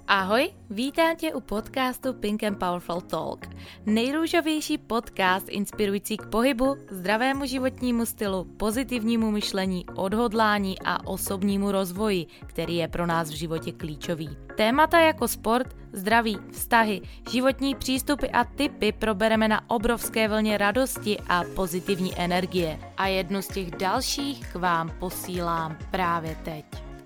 Ahoj, vítám tě u podcastu Pink and Powerful Talk. Nejrůžovější podcast inspirující k pohybu, zdravému životnímu stylu, pozitivnímu myšlení, odhodlání a osobnímu rozvoji, který je pro nás v životě klíčový. Témata jako sport, zdraví, vztahy, životní přístupy a tipy probereme na obrovské vlně radosti a pozitivní energie. A jednu z těch dalších k vám posílám právě teď.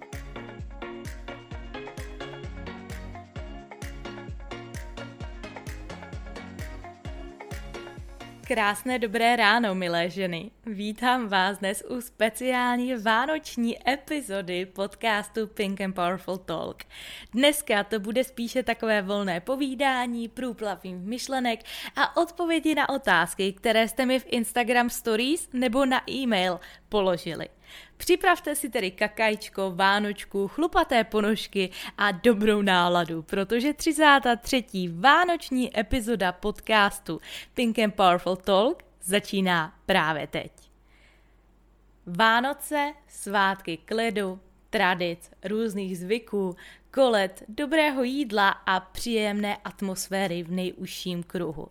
Krásné dobré ráno, milé ženy. Vítám vás dnes u speciální vánoční epizody podcastu Pink and Powerful Talk. Dneska to bude spíše takové volné povídání, průplavy myšlenek a odpovědi na otázky, které jste mi v Instagram Stories nebo na e-mail položili. Připravte si tedy kakajčko, vánočku, chlupaté ponožky a dobrou náladu, protože 33. vánoční epizoda podcastu Pink and Powerful Talk začíná právě teď. Vánoce, svátky klidu, tradic, různých zvyků, kolet, dobrého jídla a příjemné atmosféry v nejužším kruhu.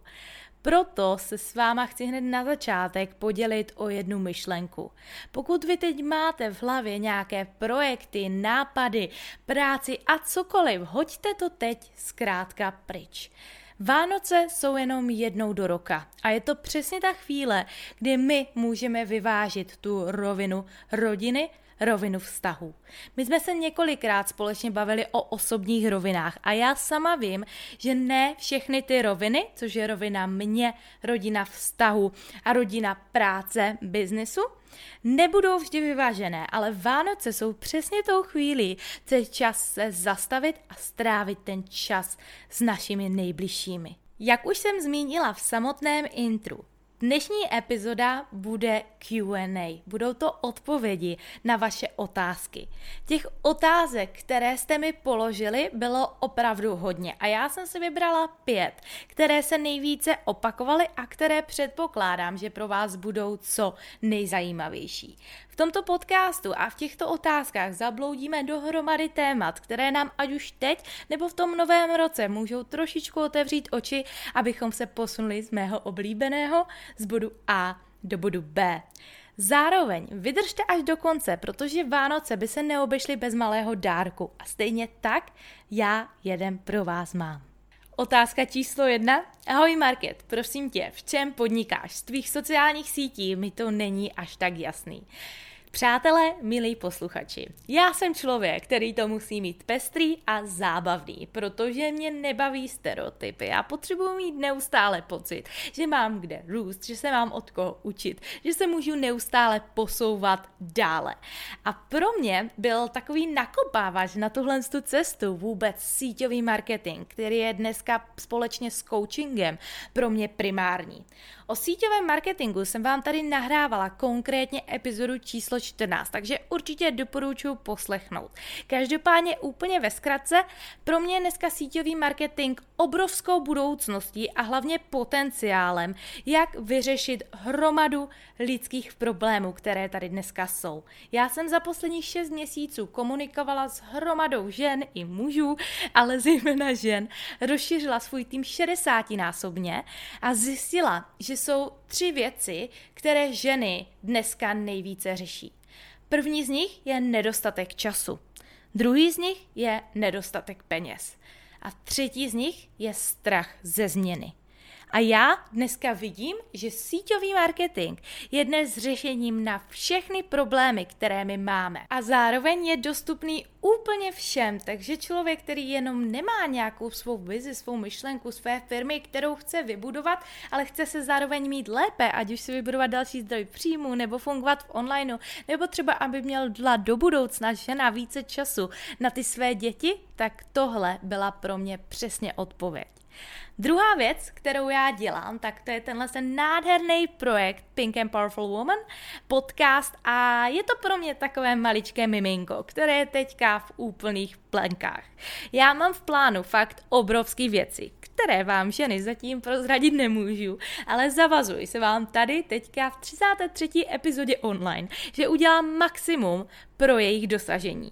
Proto se s váma chci hned na začátek podělit o jednu myšlenku. Pokud vy teď máte v hlavě nějaké projekty, nápady, práci a cokoliv, hoďte to teď zkrátka pryč. Vánoce jsou jenom jednou do roka a je to přesně ta chvíle, kdy my můžeme vyvážit tu rovinu rodiny, rovinu vztahů. My jsme se několikrát společně bavili o osobních rovinách a já sama vím, že ne všechny ty roviny, což je rovina mě, rodina vztahu a rodina práce, biznesu, nebudou vždy vyvážené, ale Vánoce jsou přesně tou chvílí, co je čas se zastavit a strávit ten čas s našimi nejbližšími. Jak už jsem zmínila v samotném intru, dnešní epizoda bude Q&A. Budou to odpovědi na vaše otázky. Těch otázek, které jste mi položili, bylo opravdu hodně a já jsem si vybrala 5, které se nejvíce opakovaly a které předpokládám, že pro vás budou co nejzajímavější. V tomto podcastu a v těchto otázkách zabloudíme dohromady témat, které nám ať už teď nebo v tom novém roce můžou trošičku otevřít oči, abychom se posunuli z mého oblíbeného z bodu A do bodu B. Zároveň vydržte až do konce, protože Vánoce by se neobešly bez malého dárku a stejně tak já jeden pro vás mám. Otázka číslo 1. Ahoj Market, prosím tě, v čem podnikáš? Z tvých sociálních sítí mi to není až tak jasný. Přátelé, milí posluchači, já jsem člověk, který to musí mít pestrý a zábavný, protože mě nebaví stereotypy. Já potřebuji mít neustále pocit, že mám kde růst, že se mám od koho učit, že se můžu neustále posouvat dále. A pro mě byl takový nakopávač na tuhle cestu vůbec síťový marketing, který je dneska společně s coachingem pro mě primární. O síťovém marketingu jsem vám tady nahrávala konkrétně epizodu číslo 14, takže určitě doporučuji poslechnout. Každopádně úplně ve zkratce, pro mě je dneska síťový marketing obrovskou budoucností a hlavně potenciálem, jak vyřešit hromadu lidských problémů, které tady dneska jsou. Já jsem za posledních 6 měsíců komunikovala s hromadou žen i mužů, ale zejména žen, rozšířila svůj tým 60násobně a zjistila, že jsou 3 věci, které ženy dneska nejvíce řeší. První z nich je nedostatek času, druhý z nich je nedostatek peněz a třetí z nich je strach ze změny. A já dneska vidím, že síťový marketing je dnes řešením na všechny problémy, které my máme. A zároveň je dostupný úplně všem, takže člověk, který jenom nemá nějakou svou vizi, svou myšlenku, své firmy, kterou chce vybudovat, ale chce se zároveň mít lépe, ať už si vybudovat další zdroj příjmu, nebo fungovat v onlineu, nebo třeba, aby měl do budoucna žena více času na ty své děti, tak tohle byla pro mě přesně odpověď. Druhá věc, kterou já dělám, tak to je tenhle nádherný projekt Pink and Powerful Woman, podcast a je to pro mě takové maličké miminko, které je teďka v úplných plenkách. Já mám v plánu fakt obrovský věci, které vám ženy zatím prozradit nemůžu, ale zavazuji se vám tady teďka v 33. epizodě online, že udělám maximum pro jejich dosažení.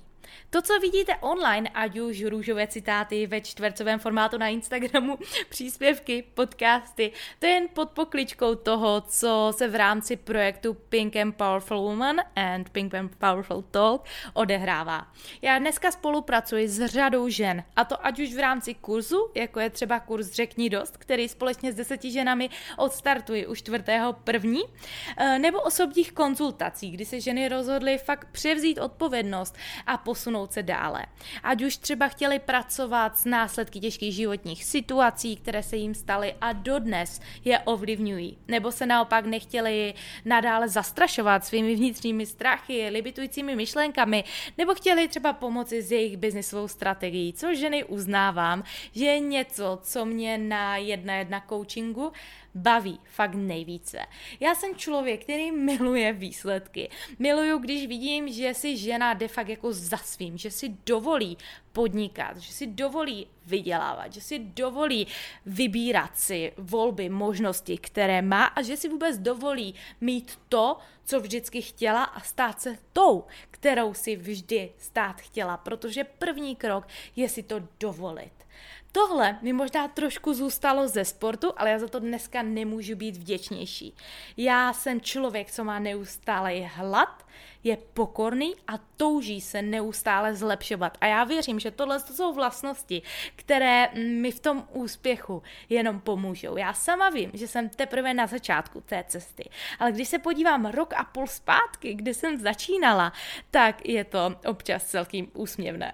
To, co vidíte online, ať už růžové citáty ve čtvercovém formátu na Instagramu, příspěvky, podcasty, to je jen pod pokličkou toho, co se v rámci projektu Pink and Powerful Woman and Pink and Powerful Talk odehrává. Já dneska spolupracuji s řadou žen, a to ať už v rámci kurzu, jako je třeba kurz Řekni dost, který společně s 10 ženami odstartuji už 4.1., nebo osobních konzultací, kdy se ženy rozhodly fakt převzít odpovědnost a posunout se dále. Ať už třeba chtěli pracovat s následky těžkých životních situací, které se jim staly a dodnes je ovlivňují, nebo se naopak nechtěli nadále zastrašovat svými vnitřními strachy, limitujícími myšlenkami, nebo chtěli třeba pomoci s jejich biznisovou strategií, což ženy uznávám, že je něco, co mě na 1:1 coachingu baví fakt nejvíce. Já jsem člověk, který miluje výsledky. Miluju, když vidím, že si žena jde fakt jako za svým, že si dovolí podnikat, že si dovolí vydělávat, že si dovolí vybírat si volby, možnosti, které má a že si vůbec dovolí mít to, co vždycky chtěla a stát se tou, kterou si vždy stát chtěla, protože první krok je si to dovolit. Tohle mi možná trošku zůstalo ze sportu, ale já za to dneska nemůžu být vděčnější. Já jsem člověk, co má neustále hlad, je pokorný a touží se neustále zlepšovat. A já věřím, že tohle jsou vlastnosti, které mi v tom úspěchu jenom pomůžou. Já sama vím, že jsem teprve na začátku té cesty, ale když se podívám 1,5 roku zpátky, kdy jsem začínala, tak je to občas celkem úsměvné.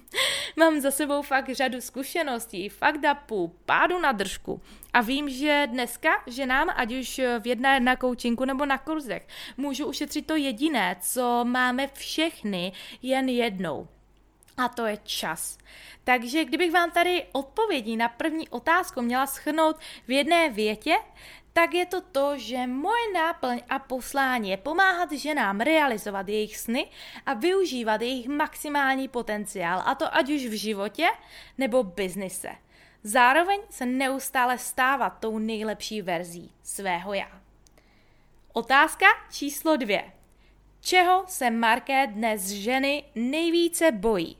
Mám za sebou fakt řadu zkušeností, fuck upů, pádu na držku. A vím, že dneska ženám, ať už v 1:1 coachingu nebo na kurzech, můžu ušetřit to jediné, co máme všechny jen jednou. A to je čas. Takže kdybych vám tady odpovědi na první otázku měla shrnout v jedné větě, tak je to to, že moje náplň a poslání je pomáhat ženám realizovat jejich sny a využívat jejich maximální potenciál, a to ať už v životě nebo biznise. Zároveň se neustále stávat tou nejlepší verzí svého já. Otázka číslo 2. Čeho se Marké dnes ženy nejvíce bojí?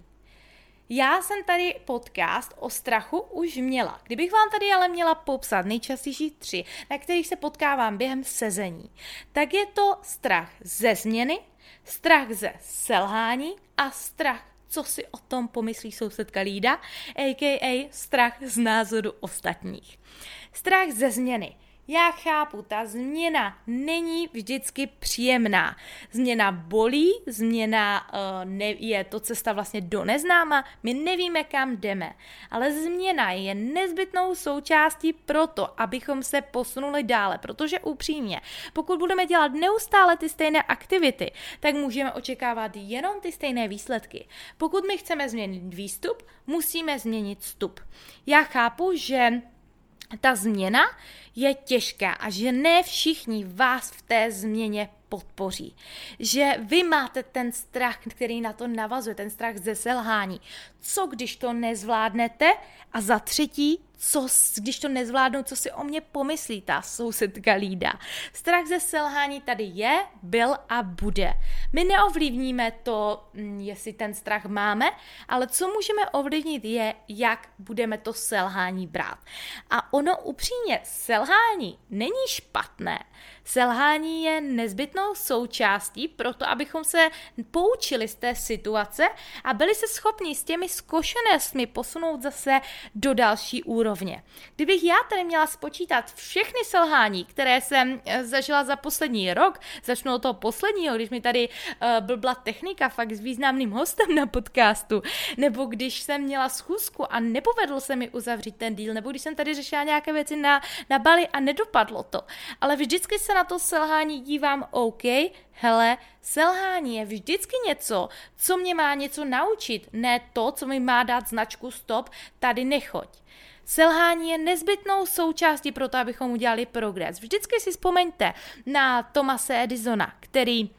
Já jsem tady podcast o strachu už měla. Kdybych vám tady ale měla popsat nejčastější 3, na kterých se potkávám během sezení, tak je to strach ze změny, strach ze selhání a strach, co si o tom pomyslí sousedka Lída, a.k.a. strach z názoru ostatních. Strach ze změny. Já chápu, ta změna není vždycky příjemná. Změna bolí, změna je to cesta vlastně do neznáma, my nevíme, kam jdeme. Ale změna je nezbytnou součástí proto, abychom se posunuli dále, protože upřímně, pokud budeme dělat neustále ty stejné aktivity, tak můžeme očekávat jenom ty stejné výsledky. Pokud my chceme změnit výstup, musíme změnit vstup. Já chápu, že ta změna je těžká a že ne všichni vás v té změně podpoří. Že vy máte ten strach, který na to navazuje, ten strach ze selhání. Co když to nezvládnete? A za třetí, co když to nezvládnu, co si o mě pomyslí ta sousedka Lída. Strach ze selhání tady je, byl a bude. My neovlivníme to, jestli ten strach máme, ale co můžeme ovlivnit je, jak budeme to selhání brát. A ono upřímně, selhání není špatné. Selhání je nezbytnou součástí proto, abychom se poučili z té situace a byli se schopni s těmi zkušenostmi posunout zase do další úrovně. Kdybych já tady měla spočítat všechny selhání, které jsem zažila za poslední rok, začnu od toho posledního, když mi tady blbla technika fakt s významným hostem na podcastu, nebo když jsem měla schůzku a nepovedlo se mi uzavřít ten deal, nebo když jsem tady řešila nějaké věci na Bali a nedopadlo to. Ale vždycky se na to selhání dívám, OK, hele, selhání je vždycky něco, co mě má něco naučit, ne to, co mi má dát značku stop, tady nechoď. Selhání je nezbytnou součástí pro to, abychom udělali progres. Vždycky si vzpomeňte na Thomase Edisona, který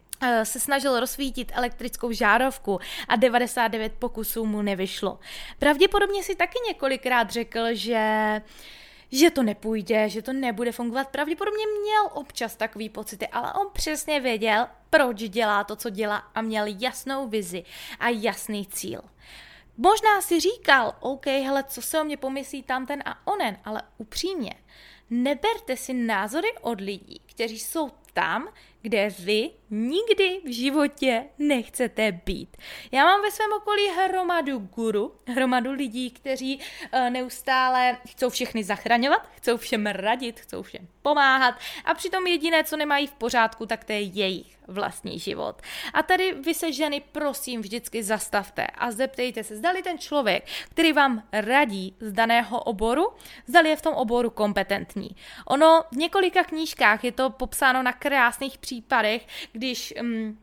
se snažil rozsvítit elektrickou žárovku a 99 pokusů mu nevyšlo. Pravděpodobně si taky několikrát řekl, že že to nepůjde, že to nebude fungovat. Pravděpodobně měl občas takový pocity, ale on přesně věděl, proč dělá to, co dělá a měl jasnou vizi a jasný cíl. Možná si říkal, OK, hele, co se o mě pomyslí tamten a onen, ale upřímně, neberte si názory od lidí, kteří jsou tam, kde vy nikdy v životě nechcete být. Já mám ve svém okolí hromadu guru, hromadu lidí, kteří neustále chcou všechny zachraňovat, chcou všem radit, chcou všem pomáhat a přitom jediné, co nemají v pořádku, tak to je jejich vlastní život. A tady vy se ženy prosím vždycky zastavte a zeptejte se, zdali ten člověk, který vám radí z daného oboru, zdali je v tom oboru kompetentní. Ono v několika knížkách je to popsáno na krásných případech, když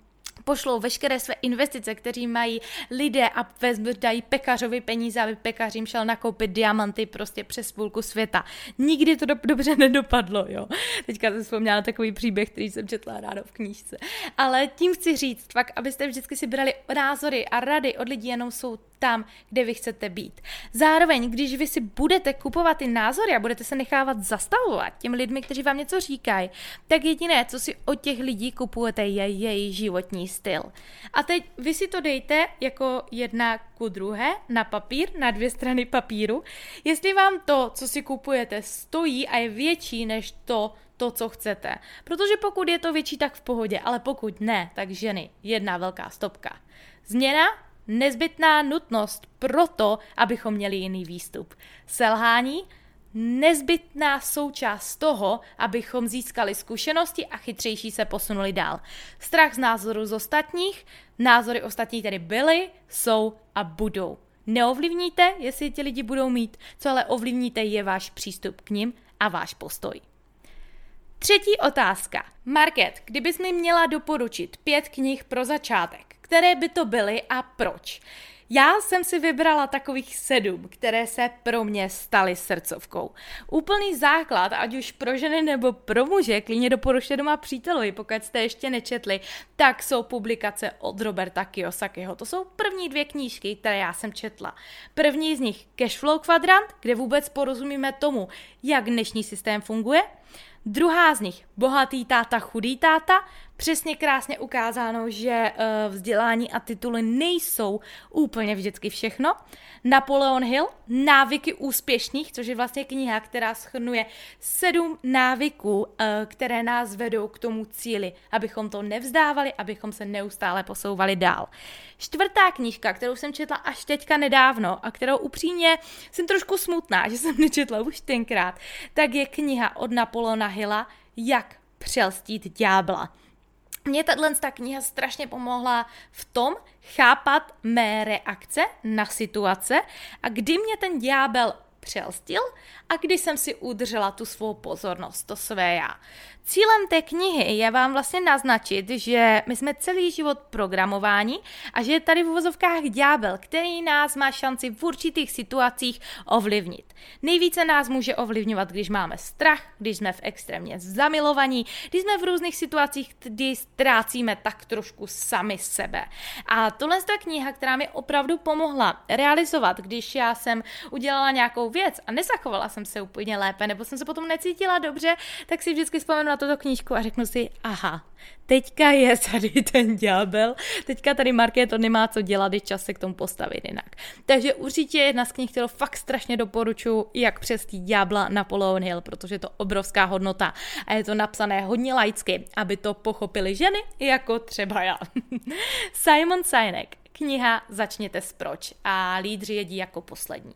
pošlou veškeré své investice, kteří mají lidé a dají pekařovi peníze, aby pekař jim šel nakoupit diamanty prostě přes půlku světa. Nikdy to dobře nedopadlo, jo. Teďka jsem vzpomněla na takový příběh, který jsem četla ráno v knížce. Ale tím chci říct, fakt, abyste vždycky si brali názory a rady od lidí, jenom jsou tam, kde vy chcete být. Zároveň, když vy si budete kupovat ty názory a budete se nechávat zastavovat těmi lidmi, kteří vám něco říkají, tak jediné, co si od těch lidí kupujete, je její životní styl. A teď vy si to dejte jako jedna ku druhé na papír, na 2 strany papíru, jestli vám to, co si kupujete, stojí a je větší než to, co chcete. Protože pokud je to větší, tak v pohodě, ale pokud ne, tak ženy, jedna velká stopka. Změna, nezbytná nutnost proto, abychom měli jiný výstup. Selhání, nezbytná součást toho, abychom získali zkušenosti a chytřejší se posunuli dál. Strach z názoru z ostatních, názory ostatních tedy byly, jsou a budou. Neovlivníte, jestli ti lidi budou mít, co ale ovlivníte je váš přístup k nim a váš postoj. Třetí otázka. Market, kdybys mi měla doporučit 5 knih pro začátek, které by to byly a proč? Já jsem si vybrala takových 7, které se pro mě staly srdcovkou. Úplný základ, ať už pro ženy nebo pro muže, klidně doporučte doma přítelovi, pokud jste ještě nečetli, tak jsou publikace od Roberta Kiyosakiho. To jsou první 2 knížky, které já jsem četla. První z nich Cashflow kvadrant, kde vůbec porozumíme tomu, jak dnešní systém funguje. Druhá z nich, Bohatý táta, chudý táta, přesně krásně ukázáno, že vzdělání a tituly nejsou úplně vždycky všechno. Napoleon Hill, Návyky úspěšných, což je vlastně kniha, která shrnuje 7 návyků, které nás vedou k tomu cíli, abychom to nevzdávali, abychom se neustále posouvali dál. 4. knížka, kterou jsem četla až teďka nedávno a kterou upřímně jsem trošku smutná, že jsem nečetla už tenkrát, tak je kniha od Napoleona Hilla Jak přelstít ďábla. Mně ta kniha strašně pomohla v tom chápat mé reakce na situace a kdy mě ten ďábel přelstil a kdy jsem si udržela tu svou pozornost, to své já. Cílem té knihy je vám vlastně naznačit, že my jsme celý život programováni a že je tady v uvozovkách ďábel, který nás má šanci v určitých situacích ovlivnit. Nejvíce nás může ovlivňovat, když máme strach, když jsme v extrémně zamilovaní, když jsme v různých situacích, kdy ztrácíme tak trošku sami sebe. A tohle je kniha, která mi opravdu pomohla realizovat, když já jsem udělala nějakou věc a nezachovala jsem se úplně lépe, nebo jsem se potom necítila dobře, tak si vždycky vzpomenu na tuto knížku a řeknu si, aha, teďka je tady ten ďábel, teďka tady Markéto nemá co dělat, je čas se k tomu postavit jinak. Takže určitě jedna z knih, kterou fakt strašně doporučuji, Jak přelstít ďábla, Napoleon Hill, protože je to obrovská hodnota a je to napsané hodně laicky, aby to pochopili ženy, jako třeba já. Simon Sinek, kniha Začněte s proč a lídři jedí jako poslední.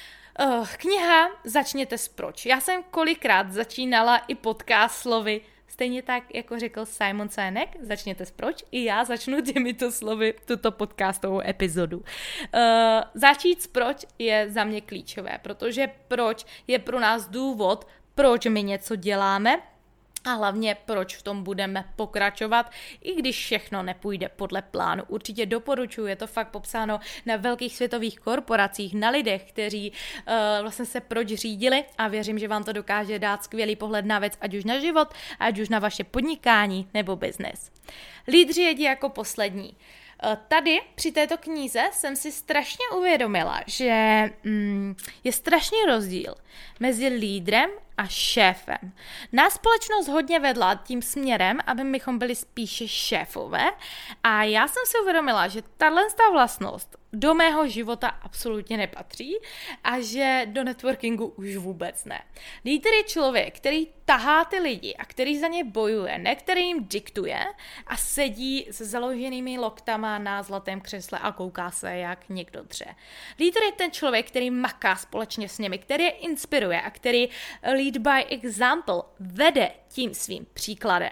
Kniha Začněte s proč. Já jsem kolikrát začínala i podcast slovy, stejně tak, jako řekl Simon Sinek, začněte s proč, i já začnu těmito slovy tuto podcastovou epizodu. Začít s proč je za mě klíčové, protože proč je pro nás důvod, proč my něco děláme, a hlavně, proč v tom budeme pokračovat, i když všechno nepůjde podle plánu. Určitě doporučuji, je to fakt popsáno na velkých světových korporacích, na lidech, kteří vlastně se proč řídili a věřím, že vám to dokáže dát skvělý pohled na věc, ať už na život, ať už na vaše podnikání nebo biznes. Lídři jedí jako poslední. Tady při této knize jsem si strašně uvědomila, že je strašný rozdíl mezi lídrem a šéfem. Nás společnost hodně vedla tím směrem, aby bychom byli spíše šéfové a já jsem si uvědomila, že tahle vlastnost do mého života absolutně nepatří a že do networkingu už vůbec ne. Lídr je člověk, který tahá ty lidi a který za ně bojuje, ne který jim diktuje a sedí se založenými loktama na zlatém křesle a kouká se, jak někdo dře. Lídr je ten člověk, který maká společně s nimi, který je inspiruje a který lead by example vede tím svým příkladem.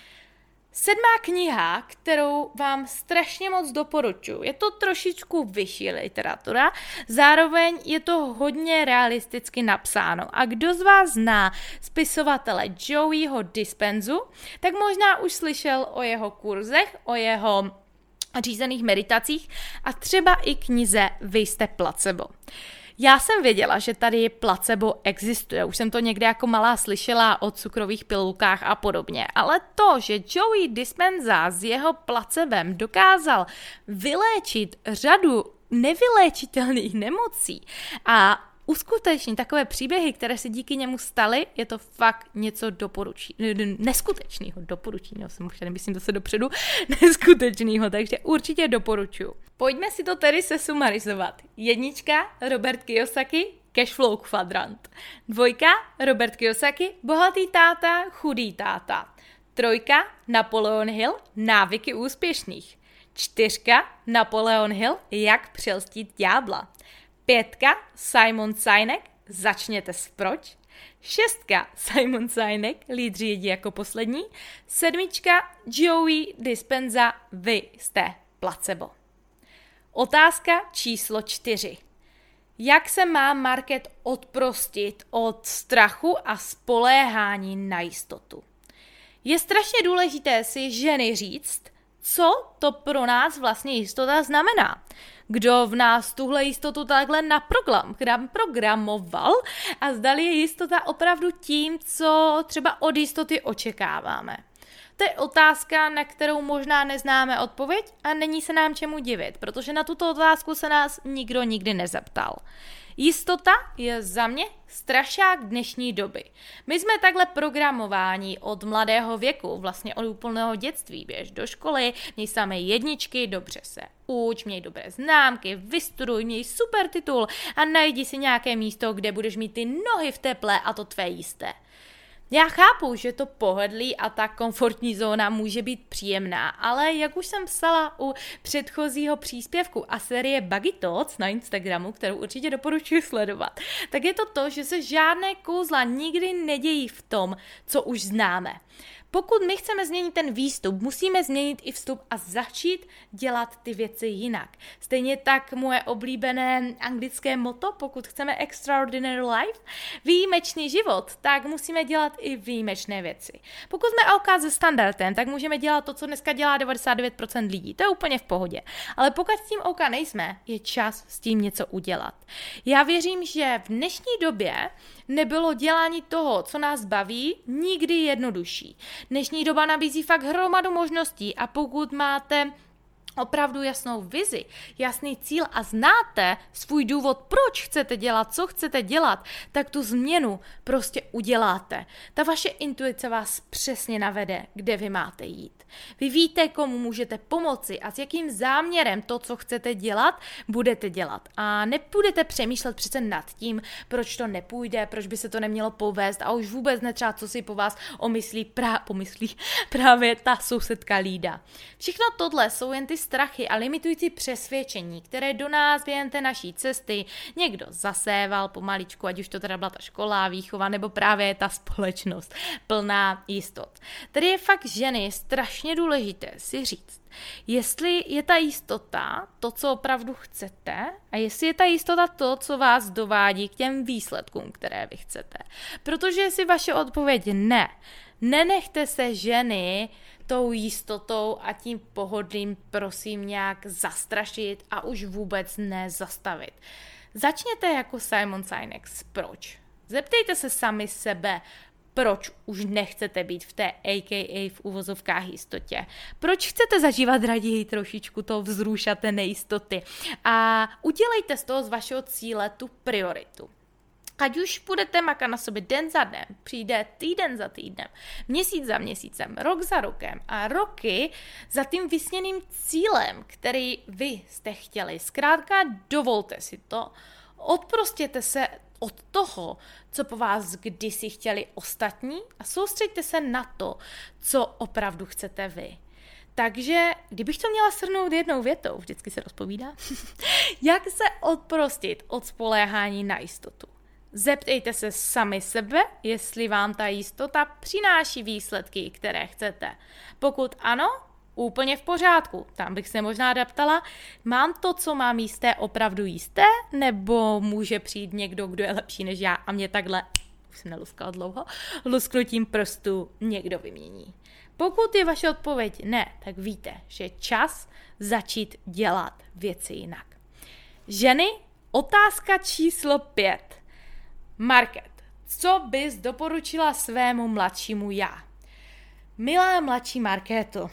7. kniha, kterou vám strašně moc doporučuji. Je to trošičku vyšší literatura, zároveň je to hodně realisticky napsáno. A kdo z vás zná spisovatele Joeyho Dispenzu, tak možná už slyšel o jeho kurzech, o jeho řízených meditacích a třeba i knize Vy jste placebo. Já jsem věděla, že tady placebo existuje, už jsem to někde jako malá slyšela o cukrových pilulkách a podobně, ale to, že Joey Dispenza s jeho placebem dokázal vyléčit řadu nevyléčitelných nemocí a uskutečnit takové příběhy, které se díky němu staly, je to fakt něco neskutečného, myslím zase dopředu, neskutečného, takže určitě doporučuji. Pojďme si to tedy sesumarizovat. 1. Robert Kiyosaki, Cashflow kvadrant. 2. Robert Kiyosaki, Bohatý táta, chudý táta. 3. Napoleon Hill, Návyky úspěšných. 4. Napoleon Hill, Jak přelstit ďábla. 5. Simon Sinek, Začněte s proč. 6. Simon Sinek, Lídři jedí jako poslední. 7. Joey Dispenza, Vy jste placebo. Otázka číslo 4. Jak se má market odprostit od strachu a spoléhání na jistotu? Je strašně důležité si ženy říct, co to pro nás vlastně jistota znamená. Kdo v nás tuhle jistotu takhle naprogramoval a zdali je jistota opravdu tím, co třeba od jistoty očekáváme. To je otázka, na kterou možná neznáme odpověď a není se nám čemu divit, protože na tuto otázku se nás nikdo nikdy nezeptal. Jistota je za mě strašák dnešní doby. My jsme takhle programováni od mladého věku, vlastně od úplného dětství. Běž do školy, měj samé jedničky, dobře se uč, měj dobré známky, vystuduj, měj super titul a najdi si nějaké místo, kde budeš mít ty nohy v teple a to tvé jisté. Já chápu, že to pohodlí a ta komfortní zóna může být příjemná, ale jak už jsem psala u předchozího příspěvku a série Buggy Thoughts na Instagramu, kterou určitě doporučuji sledovat, tak je to to, že se žádné kouzla nikdy nedějí v tom, co už známe. Pokud my chceme změnit ten výstup, musíme změnit i vstup a začít dělat ty věci jinak. Stejně tak moje oblíbené anglické motto, pokud chceme extraordinary life, výjimečný život, tak musíme dělat i výjimečné věci. Pokud jsme OK se standardem, tak můžeme dělat to, co dneska dělá 99% lidí. To je úplně v pohodě. Ale pokud s tím OK nejsme, je čas s tím něco udělat. Já věřím, že v dnešní době nebylo dělání toho, co nás baví, nikdy jednodušší. Dnešní doba nabízí fakt hromadu možností a pokud máte opravdu jasnou vizi, jasný cíl a znáte svůj důvod, proč chcete dělat, co chcete dělat, tak tu změnu prostě uděláte. Ta vaše intuice vás přesně navede, kde vy máte jít. Vy víte, komu můžete pomoci a s jakým záměrem to, co chcete dělat, budete dělat. A nebudete přemýšlet přece nad tím, proč to nepůjde, proč by se to nemělo povést a už vůbec netřeba, co si po vás pomyslí právě ta sousedka Lída. Všechno tohle jsou jen ty strachy a limitující přesvědčení, které do nás během té naší cesty někdo zaséval pomaličku, ať už to teda byla ta škola, výchova, nebo právě ta společnost plná jistot. Tady je fakt ženy strašně důležité si říct, jestli je ta jistota to, co opravdu chcete a jestli je ta jistota to, co vás dovádí k těm výsledkům, které vy chcete. Protože si vaše odpověď ne. Nenechte se ženy tou jistotou a tím pohodlím prosím nějak zastrašit a už vůbec nezastavit. Začněte jako Simon Sinek. Proč? Zeptejte se sami sebe, proč už nechcete být v té AKA v uvozovkách jistotě. Proč chcete zažívat raději trošičku toho vzruša, té nejistoty. A udělejte z toho z vašeho cíle tu prioritu. Ať už budete makat na sobě den za dnem, přijde týden za týdnem, měsíc za měsícem, rok za rokem a roky za tím vysněným cílem, který vy jste chtěli. Zkrátka dovolte si to, odprostěte se od toho, co po vás kdysi chtěli ostatní a soustřeďte se na to, co opravdu chcete vy. Takže, kdybych to měla shrnout jednou větou, vždycky se rozpovídá, jak se odprostit od spoléhání na jistotu. Zeptejte se sami sebe, jestli vám ta jistota přináší výsledky, které chcete. Pokud ano, úplně v pořádku. Tam bych se možná adaptala. Mám to, co mám jisté, opravdu jisté? Nebo může přijít někdo, kdo je lepší než já a mě takhle, už jsem neluskala dlouho, lusknutím prstu někdo vymění. Pokud je vaše odpověď ne, tak víte, že je čas začít dělat věci jinak. Ženy, otázka číslo 5. Market, co bys doporučila svému mladšímu já? Milá mladší Markéto,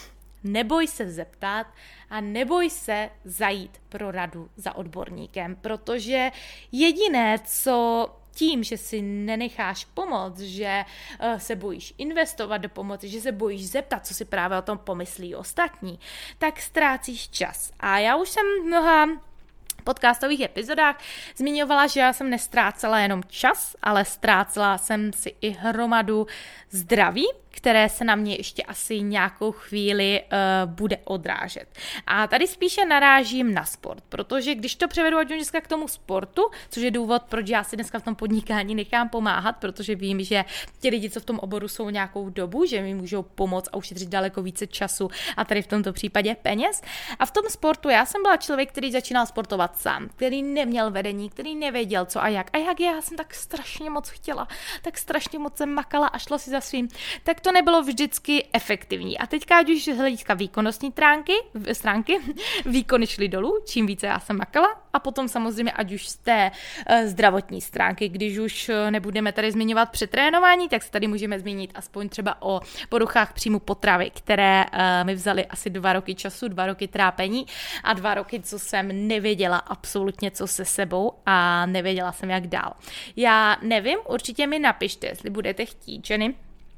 neboj se zeptat a neboj se zajít pro radu za odborníkem, protože jediné, co tím, že si nenecháš pomoct, že se bojíš investovat do pomoci, že se bojíš zeptat, co si právě o tom pomyslí ostatní, tak ztrácíš čas. A já už jsem mnoha podcastových epizodách zmiňovala, že já jsem nestrácela jenom čas, ale ztrácela jsem si i hromadu zdraví, které se na mě ještě asi nějakou chvíli bude odrážet. A tady spíše narážím na sport, protože když to převedu ať už dneska k tomu sportu, což je důvod, proč já si dneska v tom podnikání nechám pomáhat, protože vím, že ti lidi, co v tom oboru jsou nějakou dobu, že mi můžou pomoct a ušetřit daleko více času a tady v tomto případě peněz. A v tom sportu já jsem byla člověk, který začínal sportovat sám, který neměl vedení, který nevěděl co a jak. A jak já jsem tak strašně moc chtěla, tak strašně moc jsem makala a šla si za svým, tak to nebylo vždycky efektivní. A teďka, ať už z hlediska výkonnostní stránky, výkony šly dolů, čím více já jsem makala, a potom samozřejmě, ať už z té zdravotní stránky, když už nebudeme tady zmiňovat přetrénování, tak se tady můžeme zmínit aspoň třeba o poruchách příjmu potravy, které mi vzaly asi 2 roky času, 2 roky trápení a 2 roky, co jsem nevěděla absolutně co se sebou a nevěděla jsem jak dál. Já nevím, určitě mi napište, jestli budete chtít, ženy,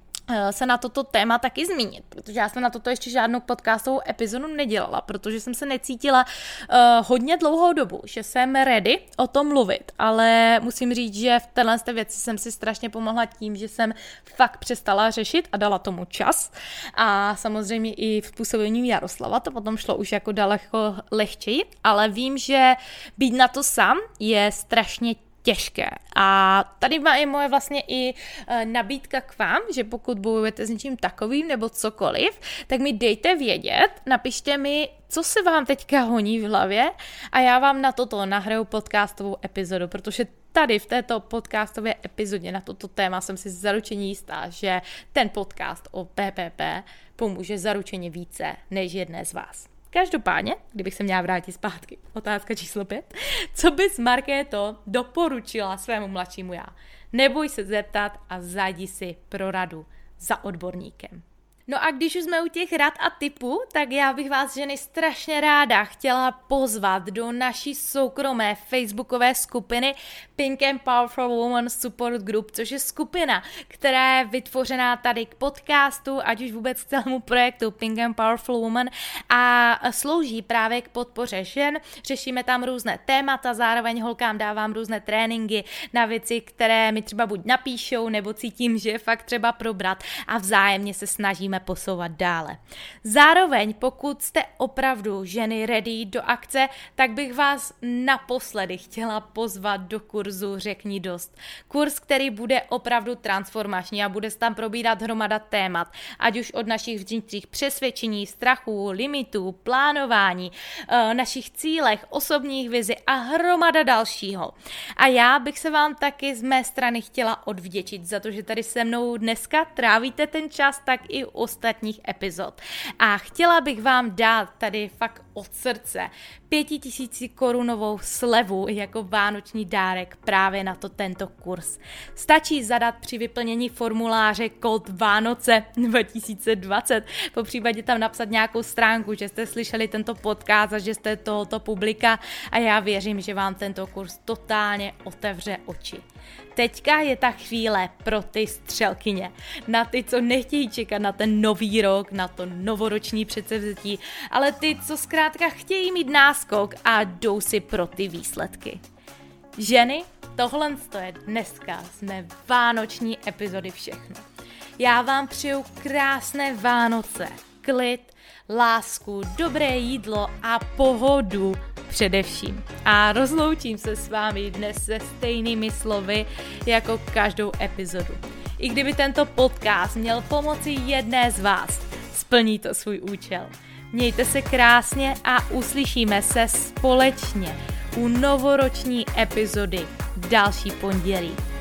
se na toto téma taky zmínit, protože já jsem na toto ještě žádnou podcastovou epizodu nedělala, protože jsem se necítila hodně dlouhou dobu, že jsem ready o tom mluvit, ale musím říct, že v téhle věci jsem si strašně pomohla tím, že jsem fakt přestala řešit a dala tomu čas a samozřejmě i v působení Jaroslava to potom šlo už jako daleko lehčeji, ale vím, že být na to sám je strašně těžké. A tady je moje vlastně i nabídka k vám, že pokud bojujete s něčím takovým nebo cokoliv, tak mi dejte vědět, napište mi, co se vám teďka honí v hlavě a já vám na toto nahraju podcastovou epizodu, protože tady v této podcastové epizodě na toto téma jsem si zaručeně jistá, že ten podcast o PPP pomůže zaručeně více než jedné z vás. Každopádně, kdybych se měla vrátit zpátky, otázka číslo 5, co bys, Markéto, doporučila svému mladšímu já? Neboj se zeptat a zajdi si pro radu za odborníkem. No a když už jsme u těch rad a tipů, tak já bych vás, ženy, strašně ráda chtěla pozvat do naší soukromé facebookové skupiny Pink and Powerful Woman Support Group, což je skupina, která je vytvořená tady k podcastu, ať už vůbec k celému projektu Pink and Powerful Woman a slouží právě k podpoře žen. Řešíme tam různé témata, zároveň holkám dávám různé tréninky na věci, které mi třeba buď napíšou, nebo cítím, že je fakt třeba probrat a vzájemně se snažíme posouvat dále. Zároveň, pokud jste opravdu ženy ready do akce, tak bych vás naposledy chtěla pozvat do kurzu Řekni dost. Kurz, který bude opravdu transformační a bude se tam probírat hromada témat, ať už od našich vnitřních přesvědčení, strachů, limitů, plánování, našich cílech, osobních vizi a hromada dalšího. A já bych se vám taky z mé strany chtěla odvděčit za to, že tady se mnou dneska trávíte ten čas, tak i ostatních epizod. A chtěla bych vám dát tady fakt od srdce 5000 korunovou slevu jako vánoční dárek právě na tento kurz. Stačí zadat při vyplnění formuláře kód Vánoce 2020, popřípadě tam napsat nějakou stránku, že jste slyšeli tento podcast a že jste tohoto publika a já věřím, že vám tento kurz totálně otevře oči. Teďka je ta chvíle pro ty střelkyně, na ty, co nechtějí čekat na ten nový rok, na to novoroční předsevzetí, ale ty, co zkrátka chtějí mít náskok a jdou si pro ty výsledky. Ženy, tohle je dneska z mé vánoční epizody všechno. Já vám přeju krásné Vánoce, klid, lásku, dobré jídlo a pohodu především. A rozloučím se s vámi dnes se stejnými slovy jako každou epizodu. I kdyby tento podcast měl pomoci jedné z vás, splní to svůj účel. Mějte se krásně a uslyšíme se společně u novoroční epizody další pondělí.